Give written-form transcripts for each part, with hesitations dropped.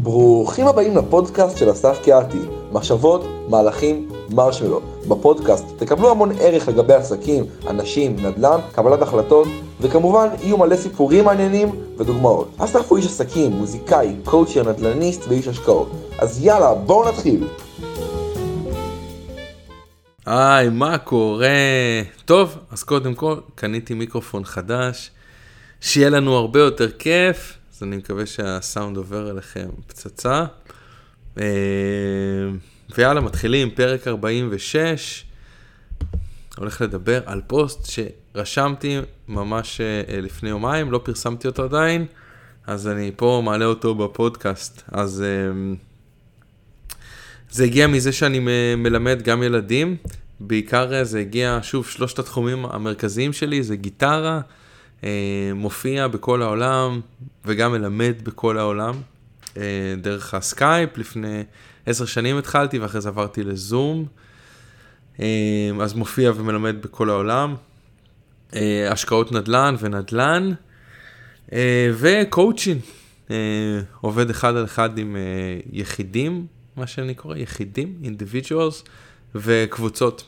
ברוכים הבאים לפודקאסט של אסף קיאתי, מחשבות, מהלכים, מרשמלו. בפודקאסט תקבלו המון ערך לגבי עסקים, אנשים, נדל"ן, קבלת החלטות, וכמובן יהיו מלא סיפורים מעניינים ודוגמאות. אסף הוא איש עסקים, מוזיקאי, קואוצ'ר, נדל"ניסט ואיש השקעות. אז יאללה, בואו נתחיל. היי, מה קורה? טוב, אז קודם כל, קניתי מיקרופון חדש, שיהיה לנו הרבה יותר כיף, אז אני מקווה שהסאונד עובר אליכם פצצה. ויאללה, מתחילים, פרק 46, הולך לדבר על פוסט שרשמתי ממש לפני יומיים, לא פרסמתי אותו עדיין, אז אני פה מעלה אותו בפודקאסט. אז זה הגיע מזה שאני מלמד גם ילדים, בעיקר זה הגיע, שוב, שלושת התחומים המרכזיים שלי, זה גיטרה, מופיע בכל העולם, וגם מלמד בכל העולם, דרך הסקייפ, לפני 10 שנים התחלתי, ואחרי זה עברתי לזום, אז מופיע ומלמד בכל העולם, השקעות נדל"ן ונדל"ן, וקואוצ'ין, עובד אחד על אחד עם יחידים, מה שאני קורא, יחידים, individuals, וקבוצות.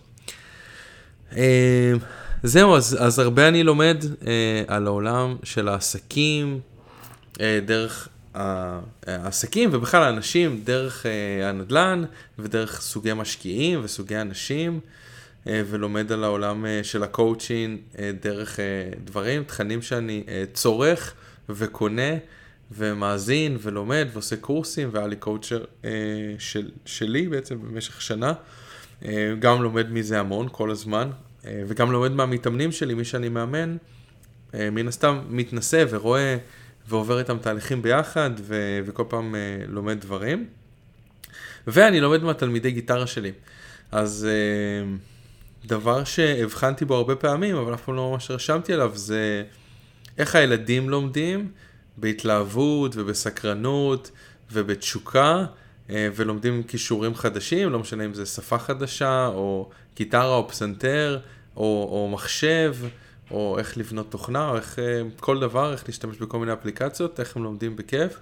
זהו, אז הרבה אני לומד על העולם של העסקים, דרך העסקים, ובכלל האנשים, דרך הנדל"ן, ודרך סוגי משקיעים וסוגי אנשים, ולומד על העולם של הקואוצ'ין, דרך דברים, תכנים שאני צורך וקונה, ומאזין ולומד ועושה קורסים, והיה לי קואוצ'ר שלי בעצם במשך שנה, גם לומד מזה המון כל הזמן, וגם לומד מהמתאמנים שלי, מי שאני מאמן, מן הסתם מתנסה ורואה ועובר איתם תהליכים ביחד, וכל פעם לומד דברים. ואני לומד מהתלמידי גיטרה שלי. אז דבר שהבחנתי בו הרבה פעמים, אבל אף פעם לא ממש רשמתי עליו, זה איך הילדים לומדים בהתלהבות ובסקרנות ובתשוקה, ולומדים כישורים חדשים, לא משנה אם זה שפה חדשה, או גיטרה או פסנתר, או מחשב, או איך לבנות תוכנה, או איך כל דבר, איך להשתמש בכל מיני אפליקציות, איך הם לומדים בכיף.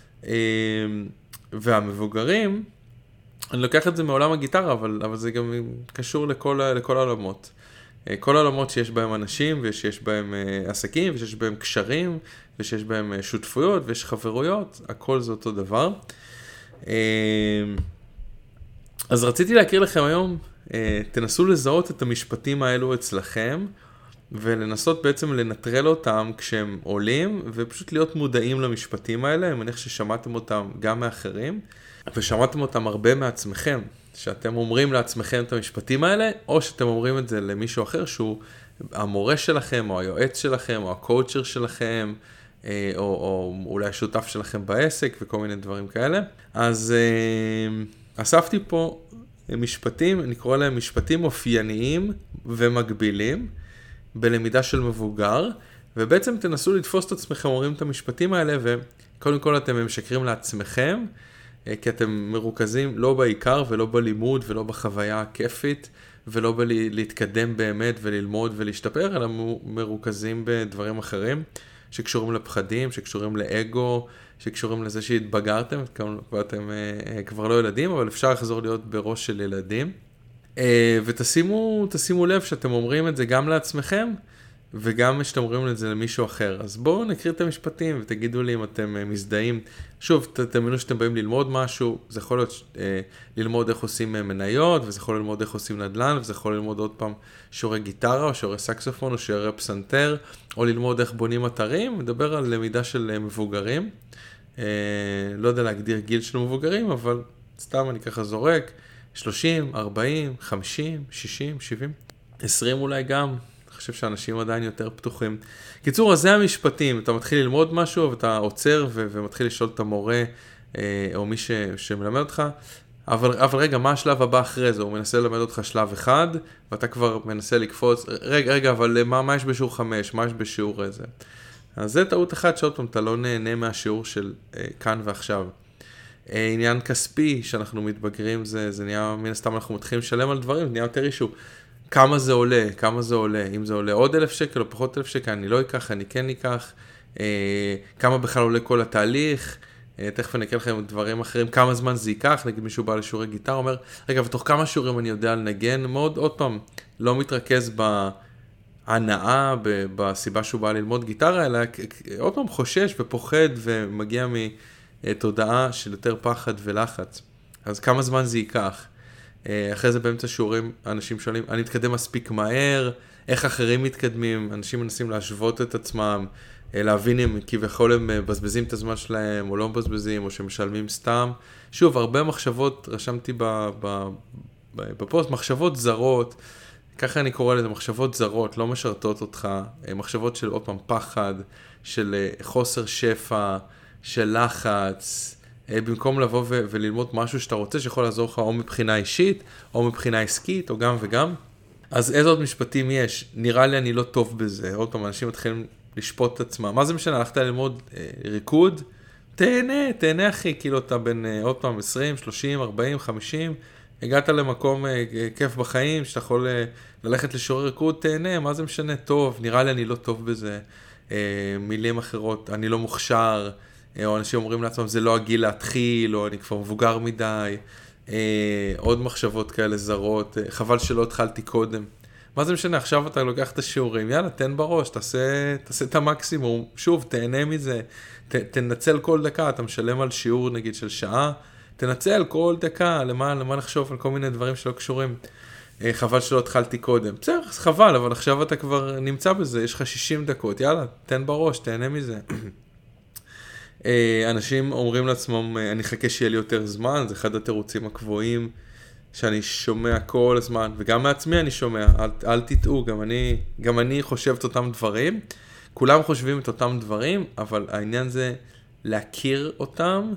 והמבוגרים, אני לוקח את זה מעולם הגיטרה, אבל זה גם קשור לכל העולמות. כל העולמות שיש בהם אנשים, ושיש בהם עסקים, ושיש בהם קשרים, ושיש בהם שותפויות, ויש חברויות, הכל זה אותו דבר. אז רציתי להכיר לכם היום, תנסו לזהות את המשפטים האלו אצלכם, ולנסות בעצם לנטרל אותם כשהם עולים, ופשוט להיות מודעים למשפטים האלה. אני מניח ששמעתם אותם גם מאחרים, ושמעתם אותם הרבה מעצמכם, שאתם אומרים לעצמכם את המשפטים האלה, או שאתם אומרים את זה למישהו אחר, שהוא המורה שלכם, או היועץ שלכם, או הקואוצ'ר שלכם, או אולי השותף שלכם בעסק, וכל מיני דברים כאלה. אז אספתי פה משפטים, אני קורא להם משפטים אופייניים ומקבילים, בלמידה של מבוגר, ובעצם תנסו לתפוס את עצמכם, אומרים את המשפטים האלה, וקודם כל אתם משקרים לעצמכם, כי אתם מרוכזים לא בעיקר ולא בלימוד ולא בחוויה הכיפית, ולא בלהתקדם באמת וללמוד ולהשתפר, אלא מרוכזים בדברים אחרים, שקשורים לפחדים, שקשורים לאגו, שקשורים לזה שהתבגרתם, ואתם כבר לא ילדים, אבל אפשר לחזור להיות בראש של ילדים. ותשימו לב שאתם אומרים את זה גם לעצמכם, וגם שאתם אומרים את זה למישהו אחר. אז בואו נקריא את המשפטים ותגידו לי אם אתם מזדהים. שוב, תאמינו שאתם באים ללמוד משהו, זה יכול להיות ללמוד איך עושים מניות, וזה יכול ללמוד איך עושים נדל"ן, וזה יכול ללמוד עוד פעם שיעורי גיטרה, או שיעורי סקסופון, או שיעורי פסנתר, או ללמוד איך בונים אתרים, מדבר על למידה של מבוגרים. לא יודע להגדיר גיל של מבוגרים, אבל סתם אני ככה זורק, 30, 40, 50, 60, 70, 20 אולי גם. אני חושב שאנשים עדיין יותר פתוחים. קיצור, אז זה המשפטים. אתה מתחיל ללמוד משהו, ואתה עוצר ומתחיל לשאול את המורה, או מי שמלמד אותך, אבל רגע, מה השלב הבא אחרי זה? הוא מנסה ללמד אותך שלב אחד, ואתה כבר מנסה לקפוץ, רגע, אבל מה יש בשיעור 5? מה יש בשיעור הזה? אז זה טעות אחת שעוד פעם, אתה לא נהנה מהשיעור של כאן ועכשיו. עניין כספי, שאנחנו מתבגרים, זה נהיה, מן הסתם אנחנו מתחילים לשלם על דברים, זה נהיה יותר אישו. כמה זה עולה? אם זה עולה עוד 1,000 שקל או פחות 1,000 שקל, אני לא אקח, אני כן אקח. כמה בכלל עולה כל התהליך? תכף אני אקל לכם דברים אחרים, כמה זמן זה ייקח, נגיד מישהו בא לשיעורי גיטרה, אומר, רגע, ותוך כמה שיעורים אני יודע לנגן, מאוד, עוד פעם, לא מתרכז בהנאה, בסיבה שהוא בא ללמוד גיטרה, אלא עוד פעם חושש ופוחד ומגיע מתודעה של יותר פחד ולחץ. אז כמה זמן זה ייקח? אחרי זה באמצע שיעורים, אנשים שואלים, אני מתקדם מספיק מהר, איך אחרים מתקדמים, אנשים מנסים להשוות את עצמם, להבין אם כביכול הם מבזבזים את הזמן שלהם, או לא מבזבזים, או שמשלמים סתם. שוב, הרבה מחשבות, רשמתי בפוסט, מחשבות זרות, ככה אני קורא לזה, מחשבות זרות, לא משרתות אותך, מחשבות של עוד פעם פחד, של חוסר שפע, של לחץ, במקום לבוא וללמוד משהו שאתה רוצה, שיכול לעזור לך או מבחינה אישית, או מבחינה עסקית, או גם וגם. אז איזה עוד משפטים יש? נראה לי אני לא טוב בזה. עוד פעם, אנשים מתחילים לשפוט את עצמם. מה זה משנה? הלכת ללמוד ריקוד? תהנה אחי, כאילו אתה בין עוד פעם 20, 30, 40, 50, הגעת למקום כיף בחיים, שאתה יכול ללכת לשיעורי ריקוד, תהנה, מה זה משנה? טוב, נראה לי אני לא טוב בזה. מילים אחרות, אני לא מוכשר, או אנשים אומרים לעצמם, זה לא הגיל להתחיל, או אני כבר מבוגר מדי, עוד מחשבות כאלה זרות, חבל שלא התחלתי קודם. מה זה משנה? עכשיו אתה לוקח את השיעורים, יאללה, תן בראש, תעשה את המקסימום, שוב, תהנה מזה, תנצל כל דקה, אתה משלם על שיעור נגיד של שעה, תנצל כל דקה, למה לחשוב על כל מיני דברים שלא קשורים. חבל שלא התחלתי קודם. בסדר, חבל, אבל עכשיו אתה כבר נמצא בזה, יש לך 60 דקות, יאללה, תן בראש, תהנה מזה. אנשים אומרים לעצמם, אני חכה שיהיה לי יותר זמן, זה אחד התירוצים הקבועים שאני שומע כל הזמן, וגם מעצמי אני שומע, אל תטעו, גם אני חושב את אותם דברים, כולם חושבים את אותם דברים, אבל העניין זה להכיר אותם,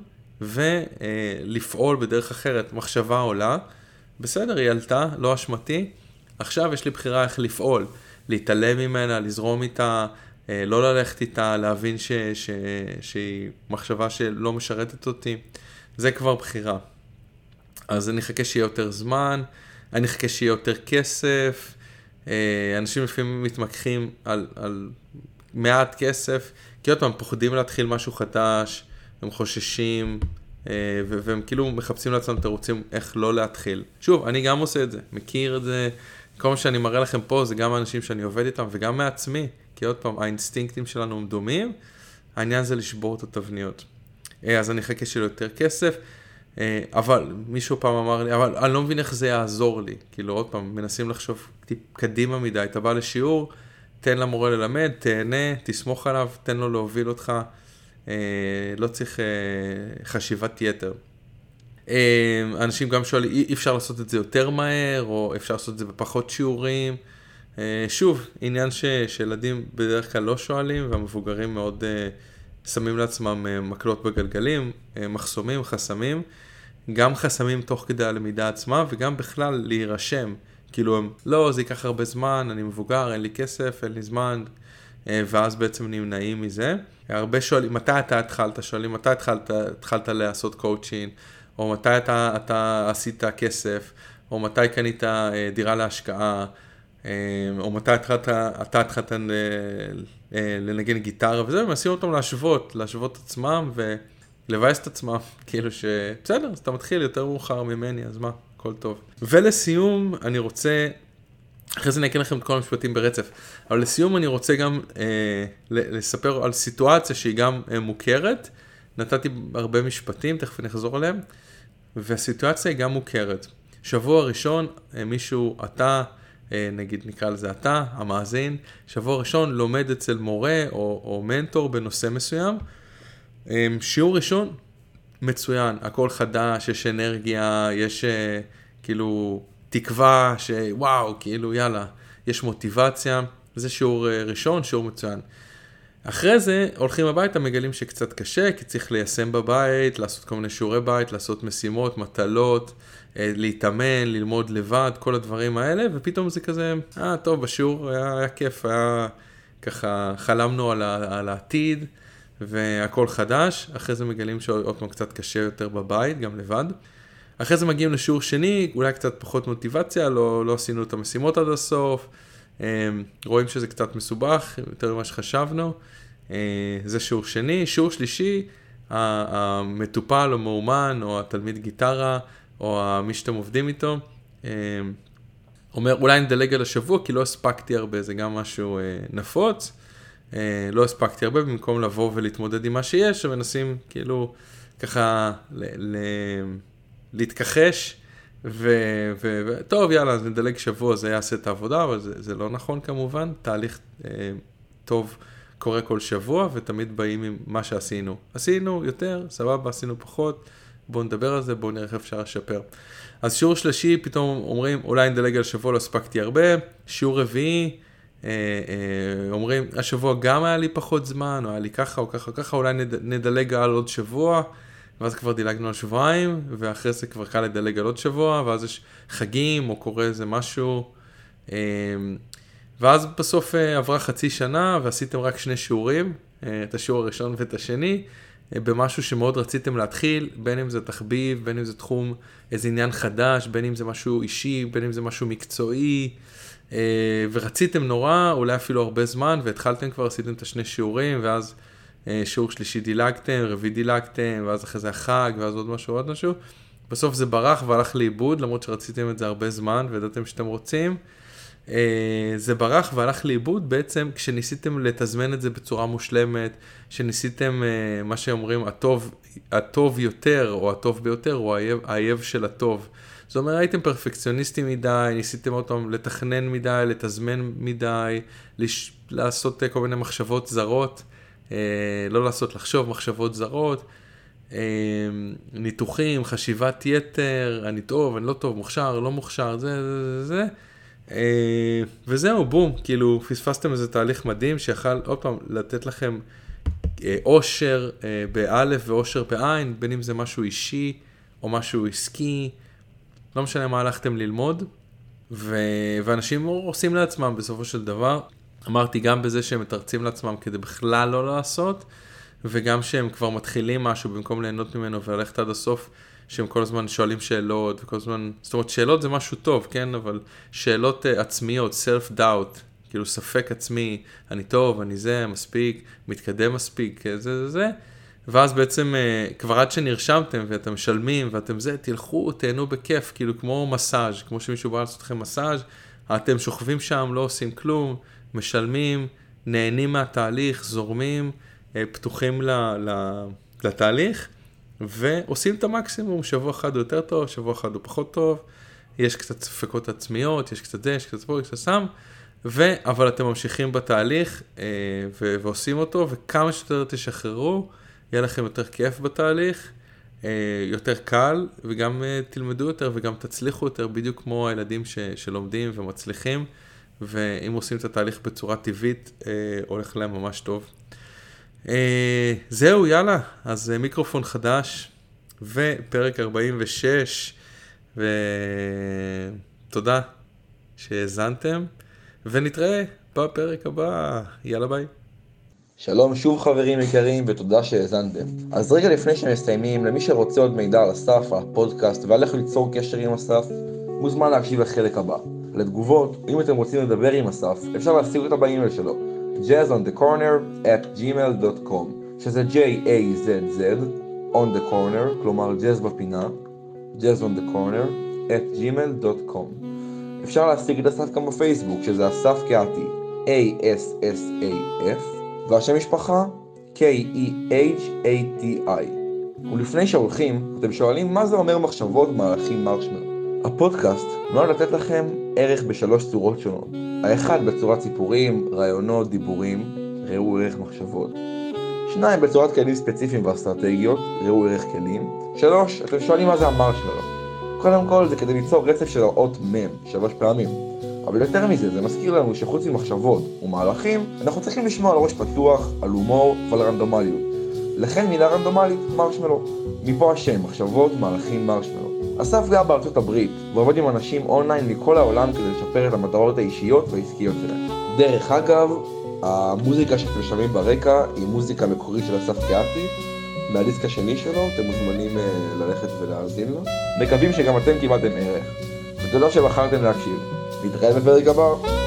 ולפעול בדרך אחרת. מחשבה עולה, בסדר, היא עלתה, לא אשמתי, עכשיו יש לי בחירה איך לפעול, להתעלם ממנה, לזרום איתה, לא ללכת איתה, להבין שהיא מחשבה שלא משרתת אותי, זה כבר בחירה. אז אני חכה שיהיה יותר זמן, אני חכה שיהיה יותר כסף, אנשים לפעמים מתמקחים על מעט כסף, כי עוד פעם פוחדים להתחיל משהו חדש, הם חוששים, והם כאילו מחפשים לעצמם תירוצים איך לא להתחיל. שוב, אני גם עושה את זה, מכיר את זה, כל מה שאני מראה לכם פה זה גם האנשים שאני עובד איתם וגם מעצמי, כי עוד פעם האינסטינקטים שלנו הם דומים, העניין זה לשבור את התבניות. אז אני חכה שיהיה יותר כסף, אבל מישהו פעם אמר לי, אבל אני לא מבין איך זה יעזור לי, כאילו עוד פעם מנסים לחשוב קדימה מדי, אתה בא לשיעור, תן למורה ללמד, תהנה, תסמוך עליו, תן לו להוביל אותך, לא צריך חשיבת יתר. אנשים גם שואלים, אי אפשר לעשות את זה יותר מהר, או אפשר לעשות את זה בפחות שיעורים. שוב, עניין שילדים בדרך כלל לא שואלים, והמבוגרים מאוד שמים לעצמם מקלות בגלגלים, מחסומים, חסמים, גם חסמים תוך כדי הלמידה עצמה, וגם בכלל להירשם. כאילו הם, לא, זה ייקח הרבה זמן, אני מבוגר, אין לי כסף, אין לי זמן, ואז בעצם נמנעים מזה. הרבה שואלים, מתי אתה התחלת? שואלים, מתי התחלת לעשות קואוצ'ינג, או מתי אתה עשית כסף, או מתי קנית דירה להשקעה, או מתי אתה התחלת לנגן גיטרה, וזה, ומנסים אותם להשוות את עצמם, ולבייס את עצמם, כאילו שבסדר, אז אתה מתחיל יותר מאוחר ממני, אז מה, הכל טוב. ולסיום, אני רוצה, אחרי זה אני אקריא לכם את כל המשפטים ברצף, אבל לסיום אני רוצה גם לספר על סיטואציה שהיא גם מוכרת, נתתי הרבה משפטים, תכף נחזור עליהם, והסיטואציה היא גם מוכרת. שבוע ראשון, מישהו, אתה, נגיד נקרא לזה אתה, המאזין, שבוע ראשון לומד אצל מורה או מנטור בנושא מסוים, שיעור ראשון מצוין, הכל חדש, יש אנרגיה, יש כאילו תקווה שוואו, כאילו יאללה, יש מוטיבציה, זה שיעור ראשון, שיעור מצוין. אחרי זה הולכים הביתה, מגלים שקצת קשה, כי צריך ליישם בבית, לעשות כל מיני שיעורי בית, לעשות משימות, מטלות, להתאמן, ללמוד לבד, כל הדברים האלה, ופתאום זה כזה, טוב, בשיעור היה כיף, היה ככה, חלמנו על העתיד, והכל חדש, אחרי זה מגלים שעוד פעם קצת קשה יותר בבית, גם לבד. אחרי זה מגיעים לשיעור שני, אולי קצת פחות מוטיבציה, לא עשינו את המשימות עד הסוף, רואים שזה קצת מסובך, יותר ממה שחשבנו, זה שיעור שני. שיעור שלישי, המטופל או מאומן, או התלמיד גיטרה, או מי שאתם עובדים איתו, אומר, אולי נדלג על השבוע, כי לא הספקתי הרבה, זה גם משהו נפוץ. לא הספקתי הרבה, במקום לבוא ולהתמודד עם מה שיש, ומנסים כאילו ככה להתכחש, וטוב, יאללה, אז נדלג שבוע, זה יעשה את העבודה, אבל זה לא נכון כמובן, תהליך טוב קורה כל שבוע, ותמיד באים עם מה שעשינו. עשינו יותר, סבבה, עשינו פחות, בואו נדבר על זה, בואו נראה איך אפשר לשפר. אז שיעור שלישי, פתאום אומרים, אולי נדלג על שבוע, לא הספקתי הרבה. שיעור רביעי, אומרים, השבוע גם היה לי פחות זמן, או היה לי ככה או ככה או ככה, אולי נדלג על עוד שבוע, ואז כבר דילגנו על שבועיים, ואחרי זה כבר קל לדלג על עוד שבוע, ואז יש חגים, או קורה איזה משהו, ואז בסוף עברה חצי שנה, ועשיתם רק 2 שיעורים, את השיעור הראשון ואת השני, במשהו שמאוד רציתם להתחיל, בין אם זה תחביב, בין אם זה תחום, איזה עניין חדש, בין אם זה משהו אישי, בין אם זה משהו מקצועי, ורציתם נורא, אולי אפילו הרבה זמן, והתחלתם כבר, עשיתם את 2 שיעורים, ואז שיעור שלישי דילגתם, רביעי דילגתם, ואז אחרי זה החג, ואז עוד משהו. בסוף זה ברח והלך לאיבוד, למרות שרציתם את זה הרבה זמן, וידעתם שאתם רוצים. זה ברח והלך לאיבוד בעצם כשניסיתם לתזמן את זה בצורה מושלמת, שניסיתם מה שאומרים הטוב יותר או הטוב ביותר או האייב של הטוב. זאת אומרת, הייתם פרפקציוניסטים מדי, ניסיתם אותם לתכנן מדי, לתזמן מדי, לעשות כל מיני מחשבות זרות, לא לחשוב מחשבות זרות, ניתוחים, חשיבת יתר, אני טוב, אני לא טוב, מוכשר, לא מוכשר, זה. וזהו, בום, כאילו פספסתם איזה תהליך מדהים שיכל עוד פעם לתת לכם אושר באלף ואושר בעין, בין אם זה משהו אישי או משהו עסקי, לא משנה מה הלכתם ללמוד, ואנשים עושים לעצמם בסופו של דבר, אמרתי גם בזה שהם מתרצים לעצמם כדי בכלל לא לעשות, וגם שהם כבר מתחילים משהו במקום ליהנות ממנו וללכת עד הסוף, שהם כל הזמן שואלים שאלות, וכל הזמן, זאת אומרת, שאלות זה משהו טוב, כן? אבל שאלות עצמיות, self-doubt, כאילו ספק עצמי, אני טוב, אני זה, מספיק, מתקדם מספיק, זה, ואז בעצם כבר עד שנרשמתם ואתם משלמים ואתם זה, תלכו, תהנו בכיף, כאילו כמו מסאז', כמו שמישהו בא לעשות לכם מסאז', אתם שוכבים שם, לא עושים כלום, משלמים, נהנים מהתהליך, זורמים, פתוחים לתהליך, ועושים את המקסימום, שבוע אחד הוא יותר טוב, שבוע אחד הוא פחות טוב, יש קצת ספקות עצמיות, יש קצת זה, יש קצת פה, יש קצת שם, אבל אתם ממשיכים בתהליך, ועושים אותו, וכמה שיותר תשחררו, יהיה לכם יותר כיף בתהליך, יותר קל, וגם תלמדו יותר, וגם תצליחו יותר, בדיוק כמו הילדים שלומדים ומצליחים, ואם עושים את התהליך בצורה טבעית, הולך להם ממש טוב. זהו, יאללה, אז מיקרופון חדש, ופרק 46, ותודה שהזנתם, ונתראה בפרק הבא, יאללה ביי. שלום שוב חברים יקרים ותודה שהזנתם. אז רגע לפני שמסיימים, למי שרוצה עוד מידע על אסף, על הפודקאסט ועל איך ליצור קשר עם אסף, מוזמן להקשיב לחלק הבא. לתגובות, אם אתם רוצים לדבר עם אסף, אפשר להשיג אותה באימייל שלו, jazzonthecorner@gmail.com, שזה J-A-Z-Z, on the corner, כלומר jazz בפינה, jazzonthecorner@gmail.com. אפשר להשיג את אסף גם בפייסבוק, שזה אסף קהתי, A-S-S-A-F, והשם משפחה, K-E-H-A-T-I. ולפני שהולכים, אתם שואלים מה זה אומר מחשבות מהלכים מרשמלו. הפודקאסט נועד לתת לכם ערך ב3 צורות שונות. האחד בצורת סיפורים, רעיונות, דיבורים, ראו ערך מחשבות. 2 בצורת כלים ספציפיים ואסטרטגיות, ראו ערך כלים. 3, אתם שואלים מה זה המרשמלו. קודם כל זה כדי ליצור רצף של האות מם 3 פעמים. אבל יותר מזה, זה מזכיר לנו שחוץ ממחשבות ומהלכים, אנחנו צריכים לשמוע על ראש פתוח, על הומור ועל רנדומליות. לכן מילה רנדומלית, מרשמלו. מפה השם, מחשבות, מהלכים, מרשמלו. אסף גר בארצות הברית, ועובד עם אנשים אונליין מכל העולם כדי לשפר את המטרות האישיות והעסקיות שלהם. דרך אגב, המוזיקה שאתם שומעים ברקע היא מוזיקה מקורית של אסף קהתי, מהדיסק השני שלו, אתם מוזמנים ללכת ולהאזין לו. מקווים שגם אתם קיבלתם ערך, ותודה שבחרתם להקשיב. נתראה בפרק הבא.